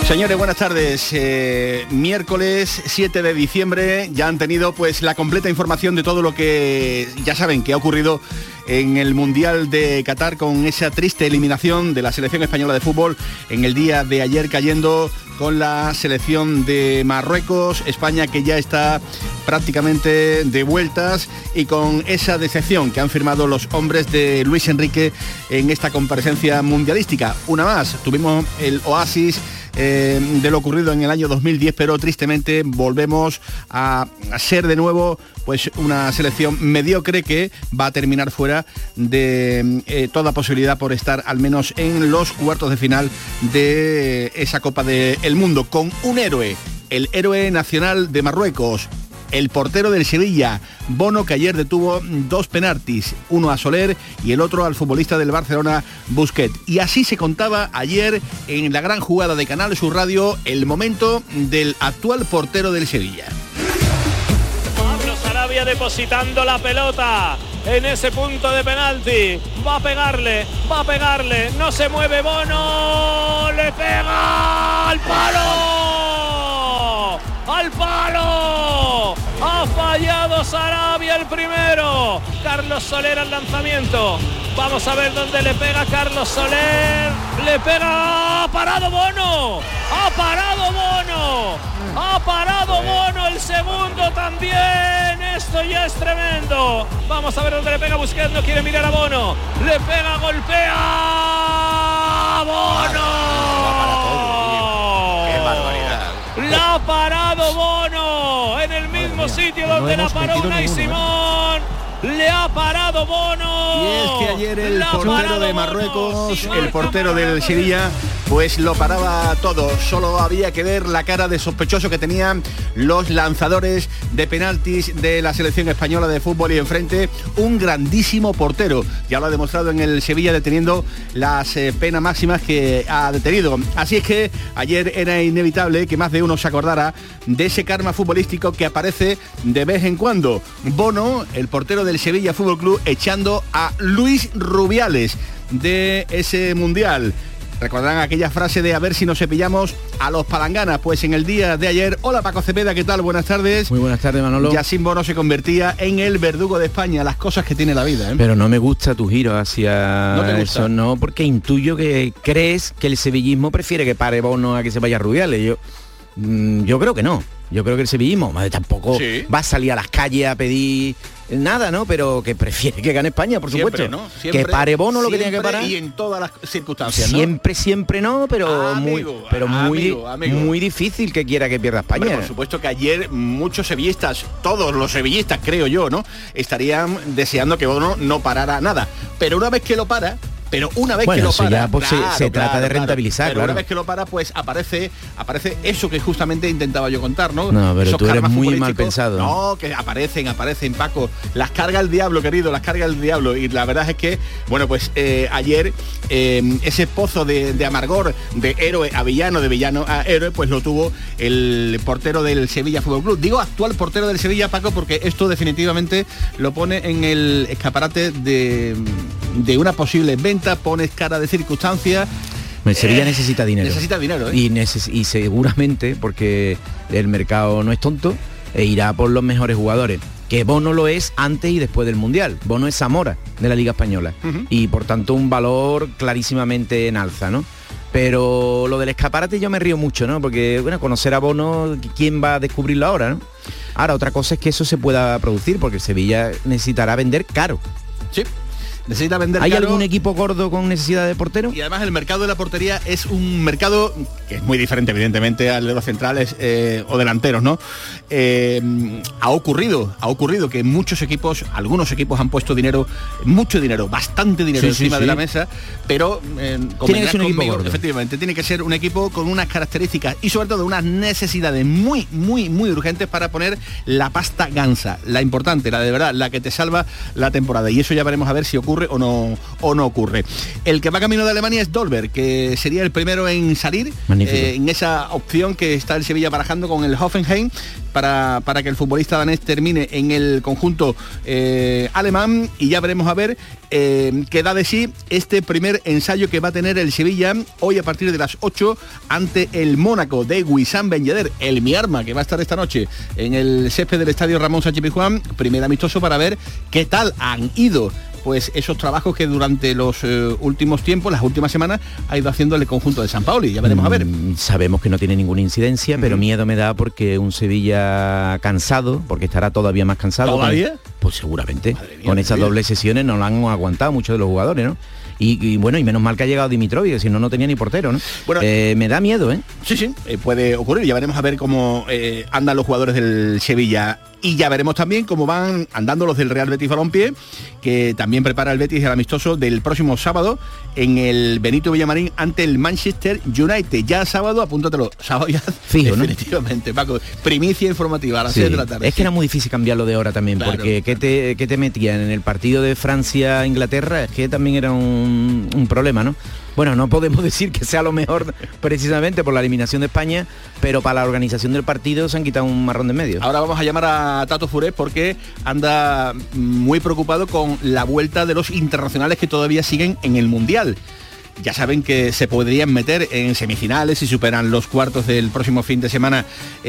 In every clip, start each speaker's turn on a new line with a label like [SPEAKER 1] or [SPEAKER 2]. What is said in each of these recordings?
[SPEAKER 1] Señores, buenas tardes. Miércoles 7 de diciembre ya han tenido pues la completa información de todo lo que ya saben que ha ocurrido en el Mundial de Qatar con esa triste eliminación de la selección española de fútbol en el día de ayer, cayendo con la selección de Marruecos. España que ya está prácticamente de vueltas y con esa decepción que han firmado los hombres de Luis Enrique en esta comparecencia mundialística. Una más, tuvimos el oasis de lo ocurrido en el año 2010, pero tristemente volvemos a ser de nuevo pues una selección mediocre que va a terminar fuera de toda posibilidad por estar al menos en los cuartos de final de esa Copa del Mundo, con un héroe, el héroe nacional de Marruecos, el portero del Sevilla, Bono, que ayer detuvo 2 penaltis, uno a Soler y el otro al futbolista del Barcelona, Busquets. Y así se contaba ayer en la gran jugada de Canal Sur Radio el momento del actual portero del Sevilla.
[SPEAKER 2] Pablo Sarabia depositando la pelota en ese punto de penalti. Va a pegarle, no se mueve Bono, le pega al palo. ¡Al palo! Ha fallado Sarabia el primero. Carlos Soler al lanzamiento. Vamos a ver dónde le pega Carlos Soler. Le pega. ¡Ha parado Bono! ¡Ha parado Bono! ¡Ha parado Bono! El segundo también. Esto ya es tremendo. Vamos a ver dónde le pega Busquets. No quiere mirar a Bono. Le pega, golpea. ¡Bono! La ha parado Bono en el mismo sitio donde la paró Unai Simón. Le ha parado Bono.
[SPEAKER 1] Y es que ayer el portero de Marruecos, el portero del Sevilla, pues lo paraba todo. Solo había que ver la cara de sospechoso que tenían los lanzadores de penaltis de la selección española de fútbol, y enfrente un grandísimo portero. Ya lo ha demostrado en el Sevilla, deteniendo las penas máximas que ha detenido. Así es que ayer era inevitable que más de uno se acordara de ese karma futbolístico que aparece de vez en cuando. Bono, el portero del Sevilla Fútbol Club, echando a Luis Rubiales de ese mundial. Recordarán aquella frase de a ver si nos cepillamos a los palanganas. Pues en el día de ayer, hola Paco Cepeda, ¿qué tal? Buenas tardes.
[SPEAKER 3] Muy buenas tardes, Manolo.
[SPEAKER 1] Yacine Bono se convertía en el verdugo de España, las cosas que tiene la vida, ¿eh?
[SPEAKER 3] Pero no me gusta tu giro hacia
[SPEAKER 1] ¿No te gusta?
[SPEAKER 3] eso, no, porque intuyo que crees que el sevillismo prefiere que pare Bono a que se vaya Rubiales. Yo creo que no. Yo creo que el sevillismo tampoco va a salir a las calles a pedir nada, ¿no? Pero que prefiere que gane España, por supuesto.
[SPEAKER 1] Siempre, ¿no? Siempre,
[SPEAKER 3] que pare Bono lo que tiene que parar.
[SPEAKER 1] Y en todas las circunstancias, ¿no?
[SPEAKER 3] Siempre no, pero muy difícil que quiera que pierda España.
[SPEAKER 1] Hombre, por supuesto que ayer muchos sevillistas, todos los sevillistas, creo yo, ¿no?, estarían deseando que Bono no parara nada. Pero una vez que lo para, que lo para,
[SPEAKER 3] ya, pues, se trata de rentabilizar,
[SPEAKER 1] pero una vez que lo para, pues aparece eso que justamente intentaba yo contar, ¿no?
[SPEAKER 3] No, pero
[SPEAKER 1] esos
[SPEAKER 3] tú eres muy
[SPEAKER 1] futbolísticos,
[SPEAKER 3] mal pensado.
[SPEAKER 1] No, que aparecen, Paco. Las carga el diablo, querido, las carga el diablo. Y la verdad es que, bueno, pues ayer ese pozo de amargor, de héroe a villano, de villano a héroe, pues lo tuvo el portero del Sevilla Fútbol Club. Digo actual portero del Sevilla, Paco, porque esto definitivamente lo pone en el escaparate de una posible venta. Pones cara de circunstancia.
[SPEAKER 3] El Sevilla necesita dinero.
[SPEAKER 1] Necesita dinero, ¿eh?
[SPEAKER 3] Y seguramente, porque el mercado no es tonto, irá por los mejores jugadores. Que Bono lo es antes y después del Mundial. Bono es Zamora de la Liga Española. Y por tanto un valor clarísimamente en alza, ¿no? Pero lo del escaparate yo me río mucho, ¿no? Porque, bueno, conocer a Bono, ¿quién va a descubrirlo ahora, no? Ahora, otra cosa es que eso se pueda producir, porque el Sevilla necesitará vender caro.
[SPEAKER 1] Sí. Necesita vender
[SPEAKER 3] ¿Hay
[SPEAKER 1] caro.
[SPEAKER 3] algún equipo gordo con necesidad de portero?
[SPEAKER 1] Y además el mercado de la portería es un mercado que es muy diferente, evidentemente, al de los centrales o delanteros, ¿no? Ha ocurrido que muchos equipos, algunos equipos han puesto dinero, mucho dinero, bastante dinero encima de la mesa, pero
[SPEAKER 3] tiene que ser un equipo gordo.
[SPEAKER 1] Efectivamente, tiene que ser un equipo con unas características y sobre todo unas necesidades muy urgentes para poner la pasta gansa, la importante, la de verdad, la que te salva la temporada. Y eso ya veremos a ver si ocurre ocurre o no ocurre. El que va camino de Alemania es Dolberg, que sería el primero en salir en esa opción que está el Sevilla barajando con el Hoffenheim para que el futbolista danés termine en el conjunto alemán, y ya veremos a ver qué da de sí este primer ensayo que va a tener el Sevilla hoy a partir de las 8 ante el Mónaco de Wissam Ben Yedder, el mi arma, que va a estar esta noche en el césped del estadio Ramón Sánchez Pizjuán. Primer amistoso para ver qué tal han ido pues esos trabajos que durante los últimos tiempos, las últimas semanas, ha ido haciendo el conjunto de Sampaoli. Ya veremos a ver.
[SPEAKER 3] Sabemos que no tiene ninguna incidencia, pero miedo me da porque un Sevilla cansado, porque estará todavía más cansado.
[SPEAKER 1] ¿Todavía?
[SPEAKER 3] Pues seguramente. Con esas dobles sesiones no lo han aguantado muchos de los jugadores, ¿no? Y bueno, y menos mal que ha llegado Dimitrovic, si no tenía ni portero, ¿no? Bueno, me da miedo, ¿eh?
[SPEAKER 1] Sí, puede ocurrir. Ya veremos a ver cómo andan los jugadores del Sevilla. Y ya veremos también cómo van andando los del Real Betis Balompié, que también prepara el Betis el amistoso del próximo sábado en el Benito Villamarín ante el Manchester United. Ya sábado, apúntatelo, sábado ya
[SPEAKER 3] fijo,
[SPEAKER 1] definitivamente, ¿no? Paco, primicia informativa a las 6 de la tarde.
[SPEAKER 3] Es que era muy difícil cambiarlo de hora también, claro, porque ¿qué te metían en el partido de Francia-Inglaterra? Es que también era un problema, ¿no? Bueno, no podemos decir que sea lo mejor precisamente por la eliminación de España, pero para la organización del partido se han quitado un marrón de medio.
[SPEAKER 1] Ahora vamos a llamar a Tato Furé porque anda muy preocupado con la vuelta de los internacionales que todavía siguen en el Mundial. Ya saben que se podrían meter en semifinales si superan los cuartos del próximo fin de semana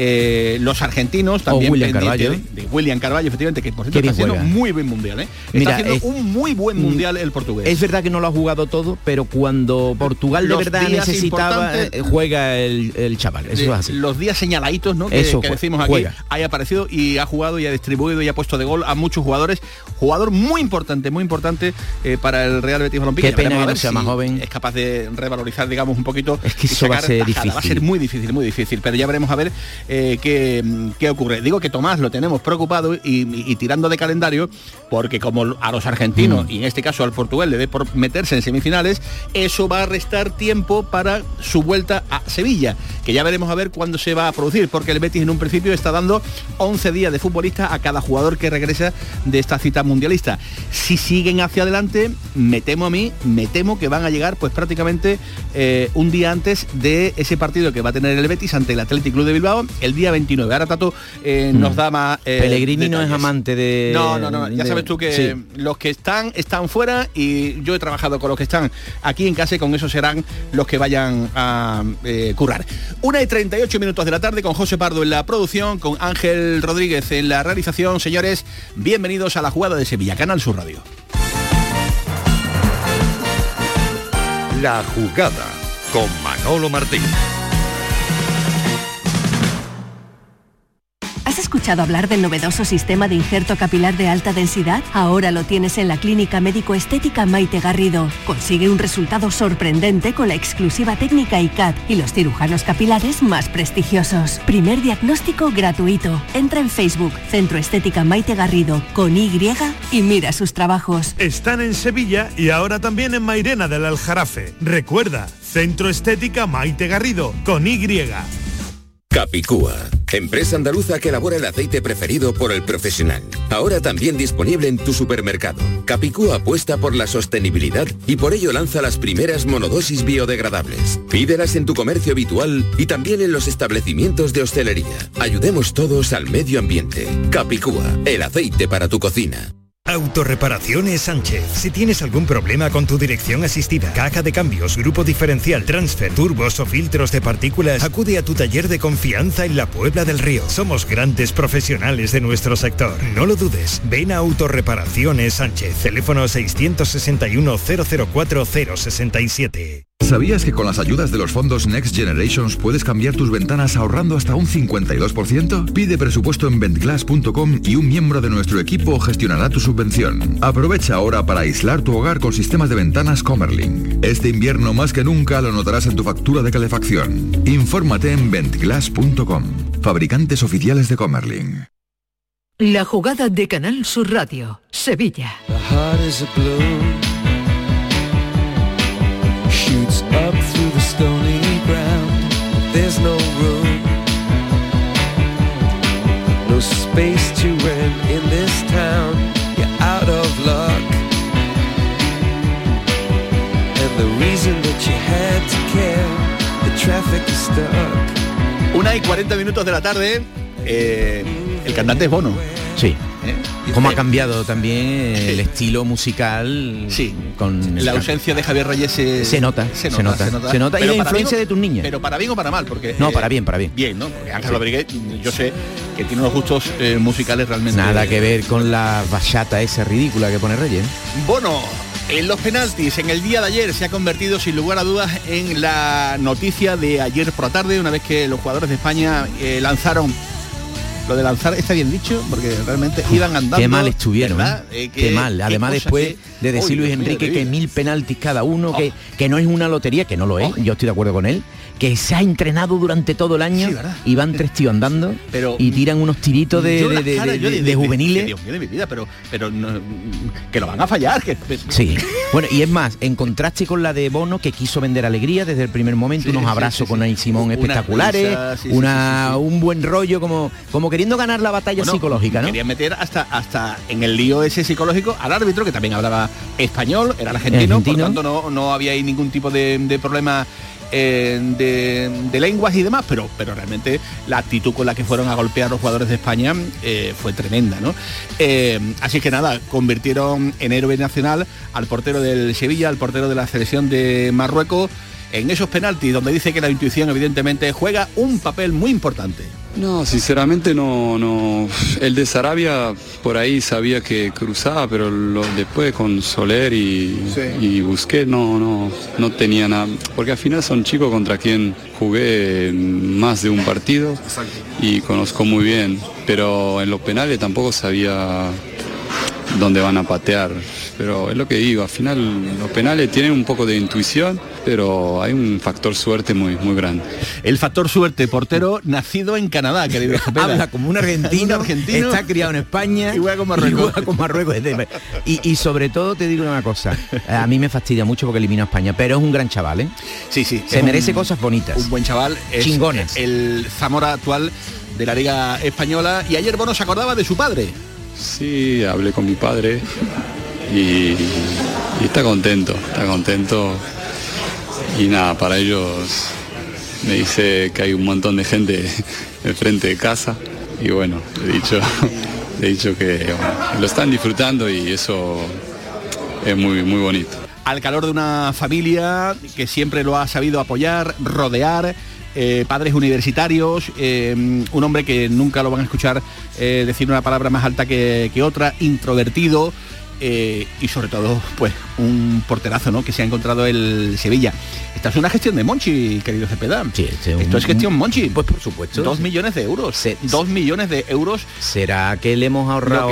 [SPEAKER 1] los argentinos, también
[SPEAKER 3] William Carvalho.
[SPEAKER 1] De William Carvalho, efectivamente, que por cierto está haciendo muy buen mundial, Está haciendo un muy buen mundial el portugués.
[SPEAKER 3] Es verdad que no lo ha jugado todo, pero cuando Portugal de verdad necesitaba, juega el chaval, eso es así.
[SPEAKER 1] Los días señaladitos, ¿no? Que decimos aquí, haya aparecido y ha jugado y ha distribuido y ha puesto de gol a muchos jugadores. Jugador muy importante para el Real Betis Balompié.
[SPEAKER 3] Qué pena que no sea más joven.
[SPEAKER 1] Es capaz de revalorizar, digamos, un poquito.
[SPEAKER 3] Es que eso va a ser difícil.
[SPEAKER 1] Va a ser muy difícil, pero ya veremos a ver qué ocurre. Digo que Tomás lo tenemos preocupado y tirando de calendario, porque como a los argentinos, y en este caso al portugués, le dé por meterse en semifinales, eso va a restar tiempo para su vuelta a Sevilla, que ya veremos a ver cuándo se va a producir, porque el Betis en un principio está dando 11 días de futbolista a cada jugador que regresa de esta cita mundialista. Si siguen hacia adelante, me temo que van a llegar pues prácticamente un día antes de ese partido que va a tener el Betis ante el Athletic Club de Bilbao el día 29. Ahora Tato nos da más
[SPEAKER 3] Pellegrini
[SPEAKER 1] detalles.
[SPEAKER 3] No es amante de...
[SPEAKER 1] No, ya sabes tú que los que están fuera, y yo he trabajado con los que están aquí en casa, y con eso serán los que vayan a currar. 1:38 de la tarde, con José Pardo en la producción, con Ángel Rodríguez en la realización. Señores, bienvenidos a La Jugada de Sevilla, Canal Sur Radio.
[SPEAKER 4] La Jugada, con Manolo Martín.
[SPEAKER 5] ¿Has escuchado hablar del novedoso sistema de injerto capilar de alta densidad? Ahora lo tienes en la Clínica Médico-Estética Maite Garrido. Consigue un resultado sorprendente con la exclusiva técnica ICAT y los cirujanos capilares más prestigiosos. Primer diagnóstico gratuito. Entra en Facebook, Centro Estética Maite Garrido, con Y, y mira sus trabajos.
[SPEAKER 6] Están en Sevilla y ahora también en Mairena del Aljarafe. Recuerda, Centro Estética Maite Garrido, con Y.
[SPEAKER 7] Capicúa, empresa andaluza que elabora el aceite preferido por el profesional. Ahora también disponible en tu supermercado. Capicúa apuesta por la sostenibilidad y por ello lanza las primeras monodosis biodegradables. Pídelas en tu comercio habitual y también en los establecimientos de hostelería. Ayudemos todos al medio ambiente. Capicúa, el aceite para tu cocina.
[SPEAKER 8] Autorreparaciones Sánchez. Si tienes algún problema con tu dirección asistida, caja de cambios, grupo diferencial, transfer, turbos o filtros de partículas, acude a tu taller de confianza en la Puebla del Río. Somos grandes profesionales de nuestro sector. No lo dudes. Ven a Autorreparaciones Sánchez. Teléfono 661 004 067.
[SPEAKER 9] ¿Sabías que con las ayudas de los fondos Next Generations puedes cambiar tus ventanas ahorrando hasta un 52%? Pide presupuesto en ventglass.com y un miembro de nuestro equipo gestionará tu subvención. Aprovecha ahora para aislar tu hogar con sistemas de ventanas Comerlin. Este invierno más que nunca lo notarás en tu factura de calefacción. Infórmate en ventglass.com. Fabricantes oficiales de Comerlin.
[SPEAKER 10] La Jugada de Canal Sur Radio, Sevilla.
[SPEAKER 11] Shoots up through the stony ground. There's no room, no space to rent in this town. You're out of luck. reason that you had to care. The traffic is stuck.
[SPEAKER 1] 1:40 de la tarde. El cantante es Bono.
[SPEAKER 3] Sí. ¿Cómo ha cambiado también el estilo musical?
[SPEAKER 1] Sí.
[SPEAKER 3] Con
[SPEAKER 1] la ausencia de Javier Reyes se nota.
[SPEAKER 3] Y la influencia de tus niñas.
[SPEAKER 1] Pero para bien o para mal, porque
[SPEAKER 3] no, para bien.
[SPEAKER 1] Bien, ¿no? Porque Ángel Rodríguez, yo sé que tiene unos gustos musicales realmente.
[SPEAKER 3] Nada que ver con la bachata esa ridícula que pone Reyes.
[SPEAKER 1] Bono, en los penaltis, en el día de ayer se ha convertido sin lugar a dudas en la noticia de ayer por la tarde, una vez que los jugadores de España lanzaron. Lo de lanzar está bien dicho, porque realmente iban andando.
[SPEAKER 3] Qué mal estuvieron, qué mal. Además después de decir Luis Enrique que 1000 penaltis cada uno, que no es una lotería, que no lo es, yo estoy de acuerdo con él, que se ha entrenado durante todo el año, y van 3 tíos andando y tiran unos tiritos de juveniles.
[SPEAKER 1] Dios mío de mi vida, pero no, que lo van a fallar.
[SPEAKER 3] Sí. Bueno, y es más, en contraste con la de Bono, que quiso vender alegría desde el primer momento, unos abrazos con Ay Simón espectaculares, un buen rollo, como queriendo ganar la batalla psicológica, ¿no?
[SPEAKER 1] Querían meter hasta en el lío ese psicológico al árbitro, que también hablaba español, era argentino. Por tanto no había ahí ningún tipo de problema de lenguas y demás, pero realmente la actitud con la que fueron a golpear los jugadores de España fue tremenda, ¿no? Así que nada, convirtieron en héroe nacional al portero del Sevilla, al portero de la selección de Marruecos, en esos penaltis donde dice que la intuición evidentemente juega un papel muy importante.
[SPEAKER 12] No, sinceramente no. El de Sarabia por ahí sabía que cruzaba, pero después con Soler y Busquets no tenía nada. Porque al final son chicos contra quien jugué más de un partido. Exacto. Y conozco muy bien. Pero en los penales tampoco sabía dónde van a patear. Pero es lo que digo, al final los penales tienen un poco de intuición, pero hay un factor suerte muy grande.
[SPEAKER 1] El factor suerte, portero nacido en Canadá, querido Cepeda.
[SPEAKER 3] Habla como un argentino, está criado en España
[SPEAKER 1] y juega con Marruecos.
[SPEAKER 3] Y sobre todo te digo una cosa, a mí me fastidia mucho porque elimina a España, pero es un gran chaval, ¿eh?
[SPEAKER 1] Sí.
[SPEAKER 3] Se merece cosas bonitas.
[SPEAKER 1] Un buen chaval.
[SPEAKER 3] Chingones.
[SPEAKER 1] El Zamora actual de la Liga Española. Y ayer Bono se acordaba de su padre.
[SPEAKER 12] Sí, hablé con mi padre y está contento. Y nada, para ellos me dice que hay un montón de gente enfrente de casa y bueno, he dicho que lo están disfrutando y eso es muy bonito.
[SPEAKER 1] Al calor de una familia que siempre lo ha sabido apoyar, rodear, padres universitarios, un hombre que nunca lo van a escuchar decir una palabra más alta que otra, introvertido, y sobre todo pues un porterazo, ¿no?, que se ha encontrado el Sevilla. Esta es una gestión de Monchi, querido Cepeda.
[SPEAKER 3] Sí,
[SPEAKER 1] esto es gestión Monchi.
[SPEAKER 3] Pues por supuesto.
[SPEAKER 1] 2 millones de euros. 2 millones de euros.
[SPEAKER 3] ¿Será que le hemos ahorrado,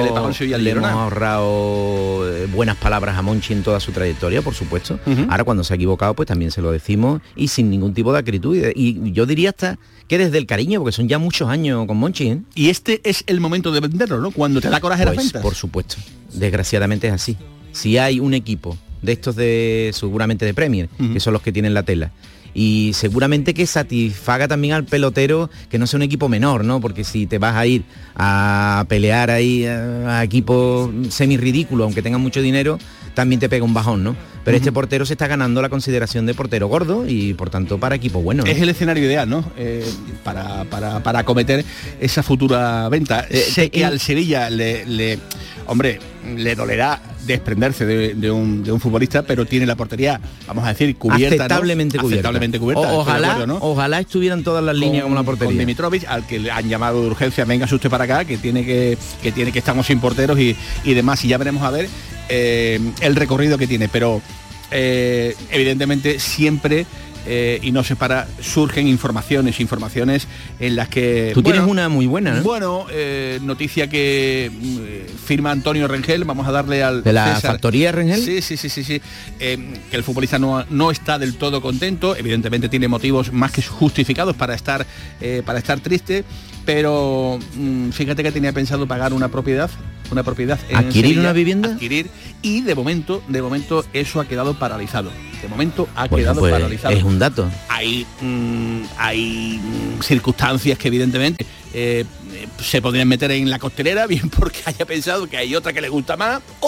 [SPEAKER 3] buenas palabras a Monchi en toda su trayectoria? Por supuesto. Ahora cuando se ha equivocado pues también se lo decimos y sin ningún tipo de acritud. Y yo diría hasta que desde el cariño, porque son ya muchos años con Monchi, ¿eh?
[SPEAKER 1] Y este es el momento de venderlo, ¿no? Cuando te da coraje las ventas.
[SPEAKER 3] Por supuesto. Desgraciadamente es así. Si hay un equipo de estos seguramente de Premier, que son los que tienen la tela, y seguramente que satisfaga también al pelotero, que no sea un equipo menor, ¿no? Porque si te vas a ir a pelear ahí a equipos semi ridículos, aunque tengan mucho dinero, también te pega un bajón, ¿no? Pero este portero se está ganando la consideración de portero gordo y por tanto para equipo bueno, ¿no?
[SPEAKER 1] Es el escenario ideal, ¿no? Para acometer esa futura venta. Sé que al Sevilla le dolerá desprenderse de un futbolista, pero tiene la portería, vamos a decir, cubierta,
[SPEAKER 3] aceptablemente cubierta. Ojalá estuvieran todas las líneas como la portería.
[SPEAKER 1] Con Dimitrovic, al que le han llamado de urgencia, venga usted para acá, que estamos sin porteros y demás, y ya veremos a ver el recorrido que tiene, pero evidentemente siempre y no se para, surgen informaciones en las que...
[SPEAKER 3] Tú tienes una muy buena, ¿no?
[SPEAKER 1] Bueno, noticia que firma Antonio Rengel, vamos a darle al...
[SPEAKER 3] ¿De la
[SPEAKER 1] César.
[SPEAKER 3] factoría Rengel?
[SPEAKER 1] Sí. Que el futbolista no está del todo contento, evidentemente tiene motivos más que justificados para estar triste, pero fíjate que tenía pensado pagar una propiedad en
[SPEAKER 3] ¿adquirir
[SPEAKER 1] Sevilla,
[SPEAKER 3] una vivienda?
[SPEAKER 1] Y de momento eso ha quedado paralizado. De momento ha quedado paralizado.
[SPEAKER 3] Es un dato.
[SPEAKER 1] Hay circunstancias que evidentemente se podrían meter en la costelera, bien porque haya pensado que hay otra que le gusta más, o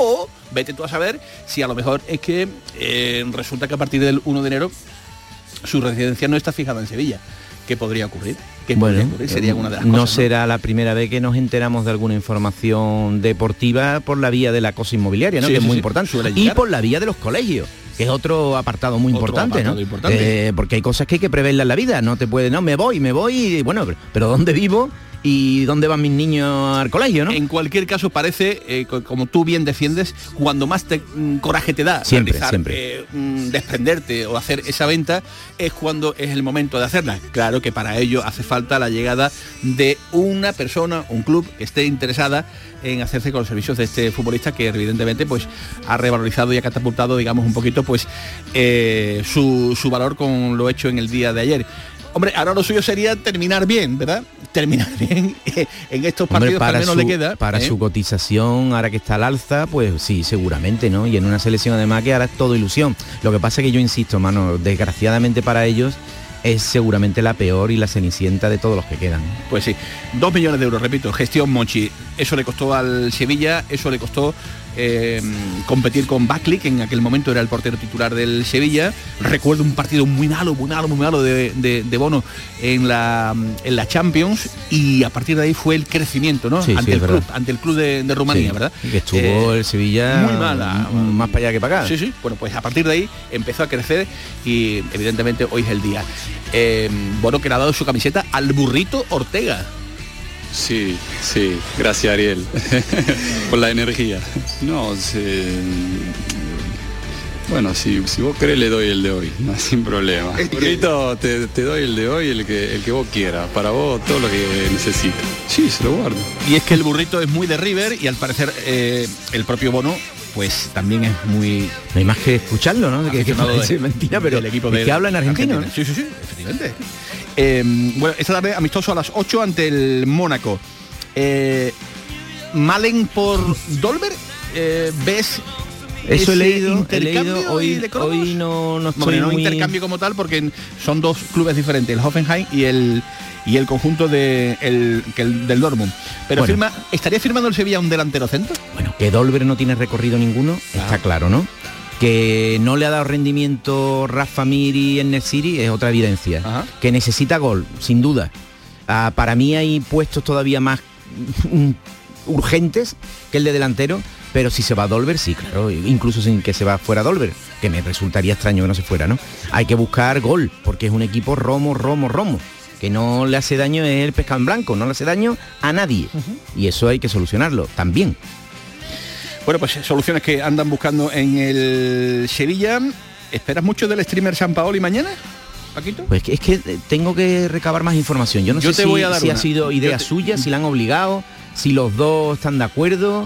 [SPEAKER 1] vete tú a saber si a lo mejor es que resulta que a partir del 1 de enero su residencia no está fijada en Sevilla. ¿Qué podría ocurrir? Sería una de las cosas.
[SPEAKER 3] No será la primera vez que nos enteramos de alguna información deportiva por la vía de la cosa inmobiliaria, ¿no? Que es muy importante. Y por la vía de los colegios, que es otro apartado muy importante, ¿no? Porque hay cosas que hay que preverlas en la vida. No te puede, no, me voy, y bueno, pero ¿dónde vivo? ¿Y dónde van mis niños al colegio, no?
[SPEAKER 1] En cualquier caso parece, como tú bien defiendes, cuando más coraje te da
[SPEAKER 3] siempre,
[SPEAKER 1] desprenderte o hacer esa venta, es cuando es el momento de hacerla. Claro que para ello hace falta la llegada de una persona, un club que esté interesada en hacerse con los servicios de este futbolista, que evidentemente pues ha revalorizado y ha catapultado, digamos, un poquito pues su valor con lo hecho en el día de ayer. Hombre, ahora lo suyo sería terminar bien, ¿verdad? Terminar bien en estos partidos que al menos le queda.
[SPEAKER 3] Para su cotización, ahora que está al alza, pues sí, seguramente, ¿no? Y en una selección además que ahora es todo ilusión. Lo que pasa es que yo insisto, mano, desgraciadamente para ellos es seguramente la peor y la cenicienta de todos los que quedan.
[SPEAKER 1] Pues sí, 2 millones de euros, repito, gestión Monchi. Eso le costó al Sevilla, eso le costó competir con Buckley, que en aquel momento era el portero titular del Sevilla. Recuerdo un partido muy malo de Bono en la Champions, y a partir de ahí fue el crecimiento, ¿no?
[SPEAKER 3] Sí,
[SPEAKER 1] ante el club de Rumanía, sí, ¿verdad?
[SPEAKER 3] Que estuvo el Sevilla
[SPEAKER 1] muy mala,
[SPEAKER 3] más para allá que para acá.
[SPEAKER 1] Sí. Bueno, pues a partir de ahí empezó a crecer y evidentemente hoy es el día. Bono, que le ha dado su camiseta al burrito Ortega.
[SPEAKER 12] Sí, gracias Ariel por la energía. No, bueno, si vos querés le doy el de hoy, no, sin problema. Burrito, te doy el de hoy, el que vos quieras, para vos todo lo que necesites. Sí, se lo guardo.
[SPEAKER 1] Y es que el burrito es muy de River y al parecer el propio Bono pues también es muy...
[SPEAKER 3] No hay más que escucharlo, ¿no? Que parece mentira, pero el equipo que habla en argentino, ¿no?
[SPEAKER 1] Sí, efectivamente. Bueno, esta tarde amistoso a las 8 ante el Mónaco. Malen por Dolber, ¿ves?
[SPEAKER 3] Eso he leído hoy no estoy
[SPEAKER 1] no muy... intercambio como tal, porque son dos clubes diferentes, el Hoffenheim y el conjunto del Dortmund. Pero bueno, ¿estaría firmando el Sevilla un delantero centro?
[SPEAKER 3] Bueno, que Dolber no tiene recorrido ninguno, está claro, ¿no? Que no le ha dado rendimiento Rafa Mir y En-Nesyri es otra evidencia. Ajá. Que necesita gol, sin duda. Para mí hay puestos todavía más urgentes que el de delantero, pero si se va Dolber, sí, claro, incluso sin que se va fuera Dolber, que me resultaría extraño que no se fuera, ¿no? Hay que buscar gol, porque es un equipo romo, que no le hace daño, es el pescado en blanco, no le hace daño a nadie. Y eso hay que solucionarlo también.
[SPEAKER 1] Bueno, pues soluciones que andan buscando en el Sevilla. ¿Esperas mucho del streamer Sampaoli mañana, Paquito?
[SPEAKER 3] Pues es que tengo que recabar más información. Yo no sé si ha sido idea suya, si la han obligado, si los dos están de acuerdo,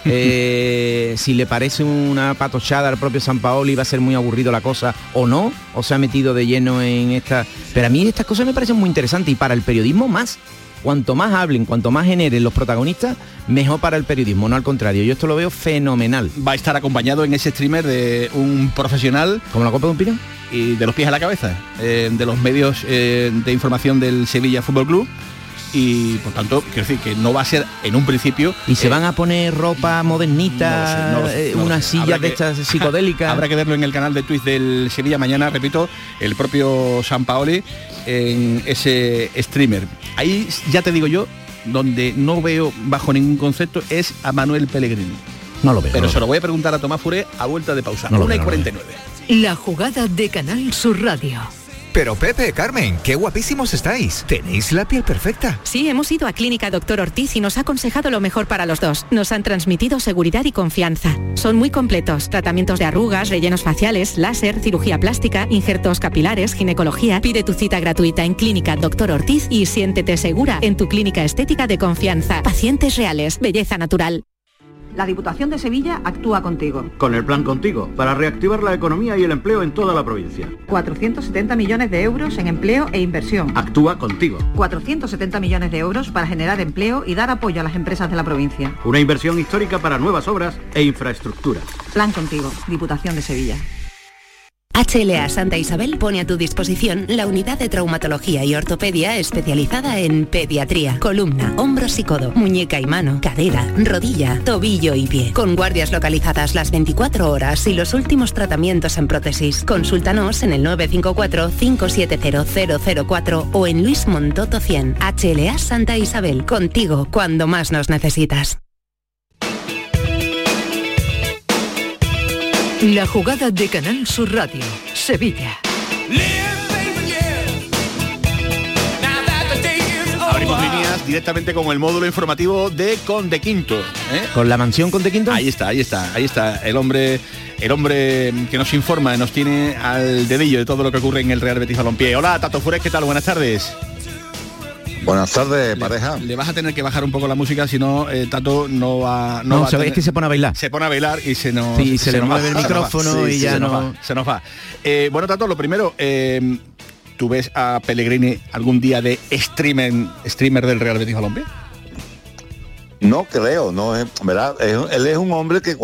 [SPEAKER 3] si le parece una patochada al propio Sampaoli, va a ser muy aburrido la cosa o no, o se ha metido de lleno en esta... Pero a mí estas cosas me parecen muy interesantes, y para el periodismo más. Cuanto más hablen, cuanto más generen los protagonistas, mejor para el periodismo, no al contrario. Yo esto lo veo fenomenal.
[SPEAKER 1] Va a estar acompañado en ese streamer de un profesional...
[SPEAKER 3] ¿Como la Copa de un Pino?
[SPEAKER 1] Y de los pies a la cabeza, de los medios de información del Sevilla Fútbol Club. Y por tanto, quiero decir que no va a ser en un principio...
[SPEAKER 3] ¿Y se van a poner ropa modernita, unas sillas de estas psicodélicas?
[SPEAKER 1] Habrá que verlo en el canal de Twitch del Sevilla mañana, repito, el propio Sampaoli en ese streamer. Ahí ya te digo yo, donde no veo bajo ningún concepto es a Manuel Pellegrini.
[SPEAKER 3] No lo veo.
[SPEAKER 1] Pero se lo voy a preguntar a Tomás Furé a vuelta de pausa. 1:49.
[SPEAKER 10] La jugada de Canal Sur Radio.
[SPEAKER 13] Pero Pepe, Carmen, qué guapísimos estáis. Tenéis la piel perfecta.
[SPEAKER 14] Sí, hemos ido a Clínica Doctor Ortiz y nos ha aconsejado lo mejor para los dos. Nos han transmitido seguridad y confianza. Son muy completos. Tratamientos de arrugas, rellenos faciales, láser, cirugía plástica, injertos capilares, ginecología. Pide tu cita gratuita en Clínica Doctor Ortiz y siéntete segura en tu clínica estética de confianza. Pacientes reales, belleza natural.
[SPEAKER 15] La Diputación de Sevilla actúa contigo.
[SPEAKER 16] Con el plan Contigo, para reactivar la economía y el empleo en toda la provincia.
[SPEAKER 15] 470 millones de euros en empleo e inversión.
[SPEAKER 16] Actúa contigo.
[SPEAKER 15] 470 millones de euros para generar empleo y dar apoyo a las empresas de la provincia.
[SPEAKER 16] Una inversión histórica para nuevas obras e infraestructura.
[SPEAKER 15] Plan Contigo, Diputación de Sevilla.
[SPEAKER 17] HLA Santa Isabel pone a tu disposición la unidad de traumatología y ortopedia especializada en pediatría, columna, hombros y codo, muñeca y mano, cadera, rodilla, tobillo y pie. Con guardias localizadas las 24 horas y los últimos tratamientos en prótesis. Consúltanos en el 954-570004 o en Luis Montoto 100. HLA Santa Isabel, contigo cuando más nos necesitas.
[SPEAKER 10] La jugada de Canal Sur Radio, Sevilla.
[SPEAKER 1] Abrimos líneas directamente con el módulo informativo de Conde Quinto.
[SPEAKER 3] ¿Con la mansión Conde Quinto?
[SPEAKER 1] Ahí está. El hombre que nos informa, nos tiene al dedillo de todo lo que ocurre en el Real Betis Balompié. Hola, Tato Fures, ¿qué tal? Buenas tardes.
[SPEAKER 18] Buenas tardes, pareja.
[SPEAKER 1] Le vas a tener que bajar un poco la música, si no, Tato no va a
[SPEAKER 3] es que se pone a bailar.
[SPEAKER 1] Se pone a bailar y se nos...
[SPEAKER 3] Sí, se le mueve el micrófono y ya no...
[SPEAKER 1] Se nos va. Bueno, Tato, lo primero, ¿tú ves a Pellegrini algún día de streamer del Real Betis Balompié?
[SPEAKER 18] No creo, no es verdad. Él es un hombre que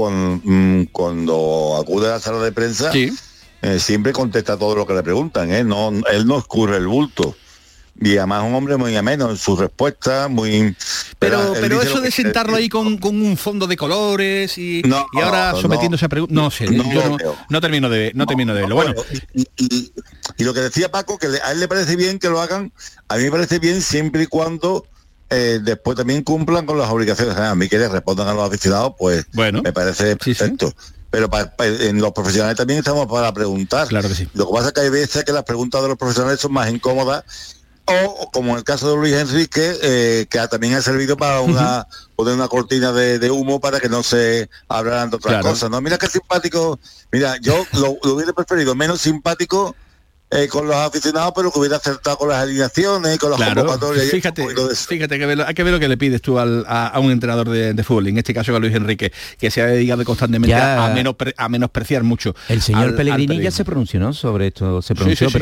[SPEAKER 18] cuando acude a la sala de prensa siempre contesta todo lo que le preguntan. Él no escurre el bulto. Y además un hombre muy ameno en su respuesta, muy...
[SPEAKER 1] Pero eso de sentarlo ahí con un fondo de colores y ahora sometiéndose a preguntas... No sé, yo no termino de verlo. Bueno.
[SPEAKER 18] Y lo que decía Paco, que a él le parece bien que lo hagan, a mí me parece bien siempre y cuando después también cumplan con las obligaciones. A mí que le respondan a los aficionados, pues bueno, me parece perfecto. Sí. Pero en los profesionales también estamos para preguntar.
[SPEAKER 1] Claro que sí.
[SPEAKER 18] Lo que pasa es que hay veces que las preguntas de los profesionales son más incómodas, o como en el caso de Luis Enrique, que también ha servido para poner una cortina de humo para que no se hablaran de otras cosas, ¿no? Mira qué simpático, mira, yo lo hubiera preferido menos simpático con los aficionados, pero que hubiera acertado con las alineaciones, con las convocatorias.
[SPEAKER 1] Fíjate hay que ver lo que le pides tú a un entrenador de fútbol, en este caso a Luis Enrique, que se ha dedicado constantemente a menospreciar mucho.
[SPEAKER 3] El señor Pellegrini ya se pronunció, ¿no? Sobre esto, sobre esto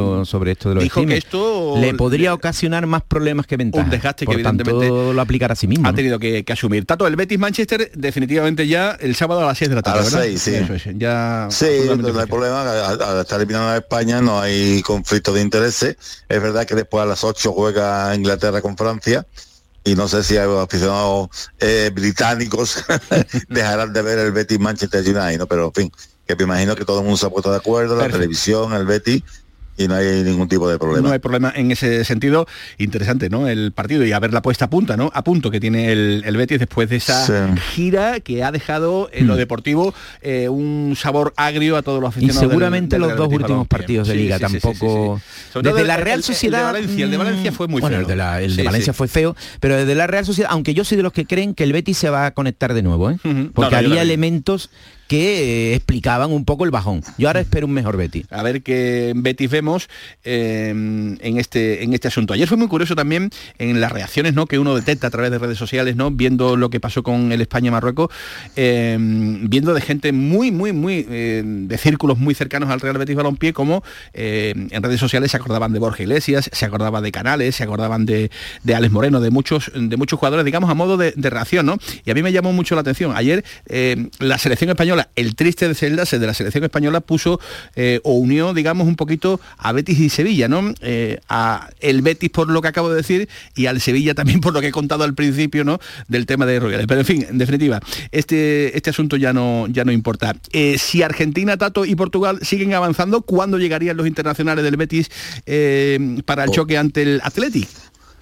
[SPEAKER 3] de los
[SPEAKER 1] dijo que esto
[SPEAKER 3] le podría ocasionar más problemas que ventajas.
[SPEAKER 1] Un desgaste
[SPEAKER 3] que
[SPEAKER 1] evidentemente
[SPEAKER 3] lo aplicará a sí mismo.
[SPEAKER 1] Ha tenido que asumir. Tato, el Betis Manchester definitivamente ya el sábado a las 6 de la tarde,
[SPEAKER 18] ¿verdad? A las 6, sí. No hay problema, al estar eliminado a España no hay conflicto de intereses. Es verdad que después a las 8 juega Inglaterra con Francia y no sé si hay aficionados británicos dejarán de ver el Betis Manchester United, ¿no? Pero en fin, que me imagino que todo el mundo se ha puesto de acuerdo, la televisión, el Betis, y no hay ningún tipo de problema.
[SPEAKER 1] No hay problema en ese sentido. Interesante, ¿no? El partido y a ver la puesta a punta, ¿no? A punto que tiene el Betis después de esa gira que ha dejado en lo deportivo un sabor agrio a todos los aficionados.
[SPEAKER 3] Y seguramente los dos últimos partidos de Liga tampoco...
[SPEAKER 1] Desde la Real Sociedad... El de Valencia fue muy feo.
[SPEAKER 3] El de Valencia fue feo, pero desde la Real Sociedad, aunque yo soy de los que creen que el Betis se va a conectar de nuevo, porque había elementos que explicaban un poco el bajón. Yo ahora espero un mejor Betis.
[SPEAKER 1] A ver qué Betis vemos en este asunto. Ayer fue muy curioso también en las reacciones, ¿no?, que uno detecta a través de redes sociales, ¿no?, viendo lo que pasó con el España-Marruecos, viendo de gente muy de círculos muy cercanos al Real Betis Balompié, como en redes sociales se acordaban de Borja Iglesias, se acordaban de Canales, se acordaban de Alex Moreno, de muchos jugadores, digamos, a modo de reacción, ¿no? Y a mí me llamó mucho la atención. Ayer la selección española, el triste desenlace de la selección española puso o unió, digamos, un poquito a Betis y Sevilla, ¿no? A el Betis por lo que acabo de decir y al Sevilla también por lo que he contado al principio, ¿no?, del tema de Rubiales. Pero en fin, en definitiva, este asunto ya no importa. Si Argentina, Tato, y Portugal siguen avanzando, ¿cuándo llegarían los internacionales del Betis para el choque ante el Athletic?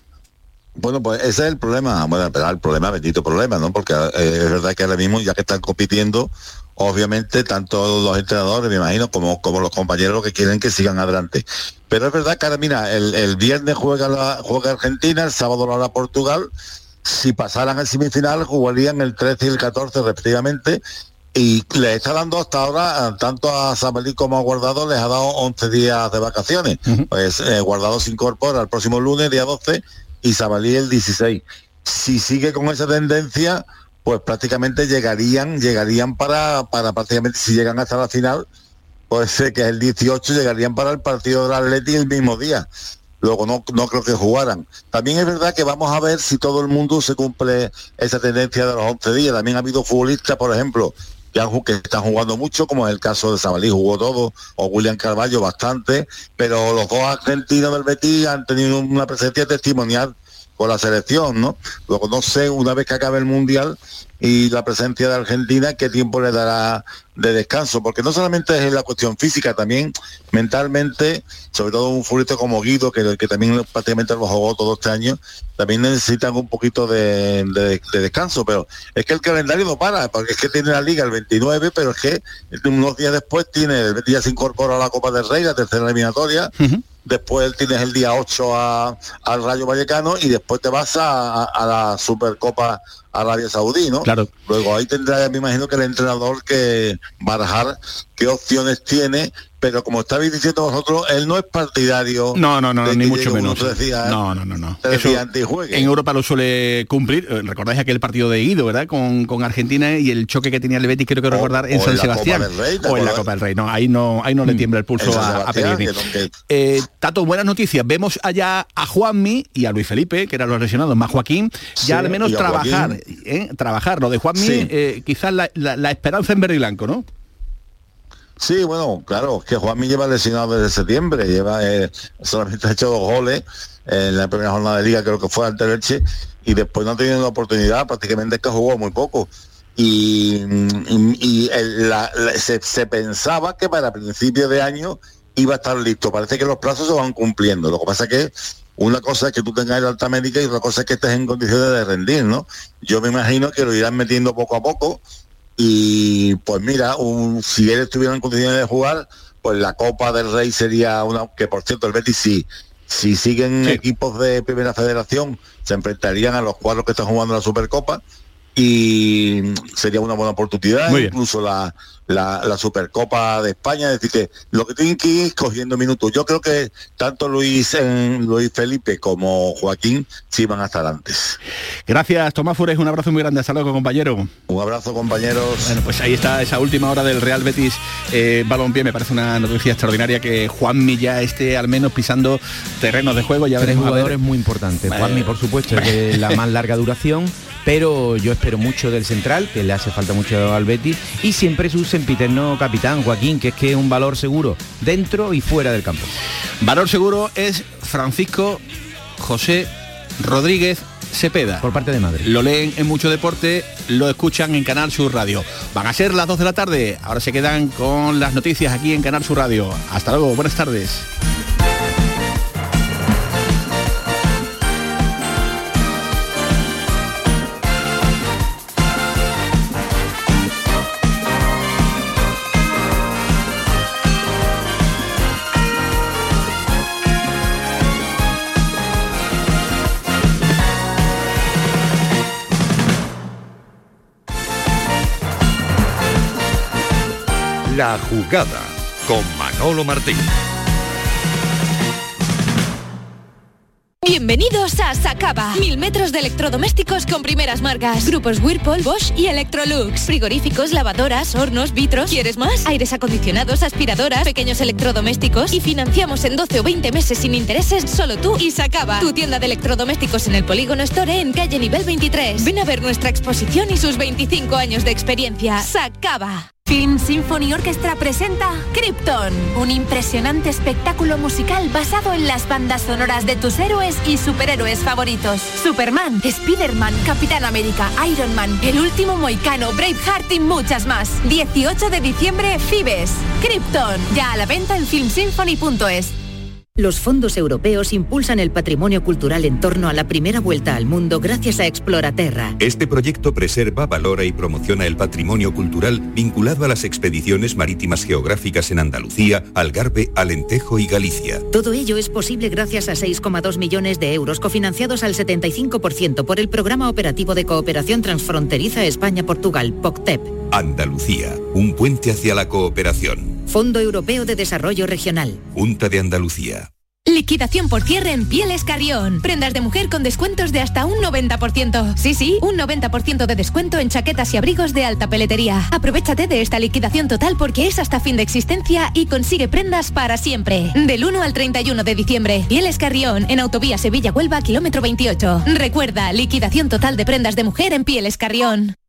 [SPEAKER 18] Bueno, pues ese es el problema. Bueno, pero el problema, bendito problema, ¿no? Porque es verdad que ahora mismo, ya que están compitiendo, obviamente tanto los entrenadores, me imagino, como los compañeros, lo que quieren que sigan adelante. Pero es verdad que ahora, mira, el viernes juega Argentina, el sábado lo hará Portugal. Si pasaran al semifinal, jugarían el 13 y el 14 respectivamente. Y le está dando hasta ahora, tanto a Sabalí como a Guardado, les ha dado 11 días de vacaciones. Pues Guardado se incorpora el próximo lunes, día 12, y Sabalí el 16. Si sigue con esa tendencia, pues prácticamente llegarían para prácticamente, si llegan hasta la final, pues que es el 18, llegarían para el partido del Atleti el mismo día. Luego no creo que jugaran. También es verdad que vamos a ver si todo el mundo se cumple esa tendencia de los 11 días. También ha habido futbolistas, por ejemplo, que están jugando mucho, como es el caso de Sabalí, jugó todo, o William Carvalho bastante, pero los dos argentinos del Betis han tenido una presencia testimonial con la selección, ¿no? Luego no sé, una vez que acabe el Mundial y la presencia de Argentina, qué tiempo le dará de descanso, porque no solamente es la cuestión física, también mentalmente, sobre todo un futbolista como Guido, que también prácticamente lo jugó todo este año, también necesitan un poquito de descanso, pero es que el calendario no para, porque es que tiene la Liga el 29, pero es que unos días después el día se incorpora a la Copa del Rey, la tercera eliminatoria. Después tienes el día 8 al Rayo Vallecano y después te vas a la Supercopa Arabia Saudí, ¿no?
[SPEAKER 1] Claro.
[SPEAKER 18] Luego ahí tendrá, me imagino, que el entrenador que barajar qué opciones tiene, pero como estabais diciendo vosotros, él no es partidario.
[SPEAKER 1] No, ni mucho menos.
[SPEAKER 18] Decía,
[SPEAKER 1] no.
[SPEAKER 18] Eso, en
[SPEAKER 1] Europa lo suele cumplir. Recordáis aquel partido de Guido, ¿verdad? Con Argentina y el choque que tenía el Betis, creo que recordar, en San Sebastián.
[SPEAKER 18] O
[SPEAKER 1] en la Copa del Rey. No, ahí no le tiembla el pulso a Pellegrini. Tato, buenas noticias. Vemos allá a Juanmi y a Luis Felipe, que eran los lesionados, más Joaquín, ya al menos trabajar. Lo de Juanmi, quizás la esperanza en verde y blanco, ¿no?
[SPEAKER 18] Sí, bueno, claro, que Juanmi lleva lesionado desde septiembre, solamente ha hecho 2 goles en la primera jornada de Liga, creo que fue ante el Elche, y después no ha tenido una oportunidad, prácticamente es que jugó muy poco. Se pensaba que para principios de año iba a estar listo. Parece que los plazos se van cumpliendo. Lo que pasa es que una cosa es que tú tengas el alta médica y otra cosa es que estés en condiciones de rendir, ¿no? Yo me imagino que lo irán metiendo poco a poco y pues mira, si él estuviera en condiciones de jugar, pues la Copa del Rey sería una, que por cierto el Betis si siguen equipos de Primera Federación se enfrentarían a los 4 que están jugando la Supercopa y sería una buena oportunidad, incluso la Supercopa de España, es decir que lo que tienen que ir cogiendo minutos. Yo creo que tanto Luis Felipe como Joaquín sí van a estar antes.
[SPEAKER 1] Gracias, Tomás Fures, un abrazo muy grande, hasta luego, compañero.
[SPEAKER 18] Un abrazo, compañeros.
[SPEAKER 1] Bueno, pues ahí está esa última hora del Real Betis Balompié. Me parece una noticia extraordinaria que Juanmi ya esté al menos pisando terrenos de juego. Ya veremos.
[SPEAKER 3] 3 jugadores muy importantes. Juanmi, por supuesto, que es la más larga duración, pero yo espero mucho del central, que le hace falta mucho al Betis, y siempre su sempiterno capitán, Joaquín, que es un valor seguro dentro y fuera del campo.
[SPEAKER 1] Valor seguro es Francisco José Rodríguez Cepeda.
[SPEAKER 3] Por parte de Madrid.
[SPEAKER 1] Lo leen en Mucho Deporte, lo escuchan en Canal Sur Radio. Van a ser las 2 de la tarde, ahora se quedan con las noticias aquí en Canal Sur Radio. Hasta luego, buenas tardes.
[SPEAKER 4] La Jugada con Manolo Martín.
[SPEAKER 19] Bienvenidos a Sacaba. 1000 metros de electrodomésticos con primeras marcas. Grupos Whirlpool, Bosch y Electrolux. Frigoríficos, lavadoras, hornos, vitros. ¿Quieres más? Aires acondicionados, aspiradoras, pequeños electrodomésticos. Y financiamos en 12 o 20 meses sin intereses, solo tú y Sacaba. Tu tienda de electrodomésticos en el Polígono Store en calle nivel 23. Ven a ver nuestra exposición y sus 25 años de experiencia. Sacaba. Film Symphony Orchestra presenta Krypton, un impresionante espectáculo musical basado en las bandas sonoras de tus héroes y superhéroes favoritos. Superman, Spiderman, Capitán América, Iron Man, El Último Mohicano, Braveheart y muchas más. 18 de diciembre, Fibes. Krypton, ya a la venta en filmsymphony.es.
[SPEAKER 20] Los fondos europeos impulsan el patrimonio cultural en torno a la primera vuelta al mundo gracias a Exploraterra.
[SPEAKER 21] Este proyecto preserva, valora y promociona el patrimonio cultural vinculado a las expediciones marítimas geográficas en Andalucía, Algarve, Alentejo y Galicia.
[SPEAKER 20] Todo ello es posible gracias a 6,2 millones de euros cofinanciados al 75% por el Programa Operativo de Cooperación Transfronteriza España-Portugal, POCTEP.
[SPEAKER 21] Andalucía, un puente hacia la cooperación.
[SPEAKER 20] Fondo Europeo de Desarrollo Regional.
[SPEAKER 21] Junta de Andalucía.
[SPEAKER 19] Liquidación por cierre en Pieles Carrión. Prendas de mujer con descuentos de hasta un 90%. Sí, un 90% de descuento en chaquetas y abrigos de alta peletería. Aprovéchate de esta liquidación total porque es hasta fin de existencia y consigue prendas para siempre. Del 1 al 31 de diciembre. Pieles Carrión, en Autovía Sevilla-Huelva, kilómetro 28. Recuerda, liquidación total de prendas de mujer en Pieles Carrión.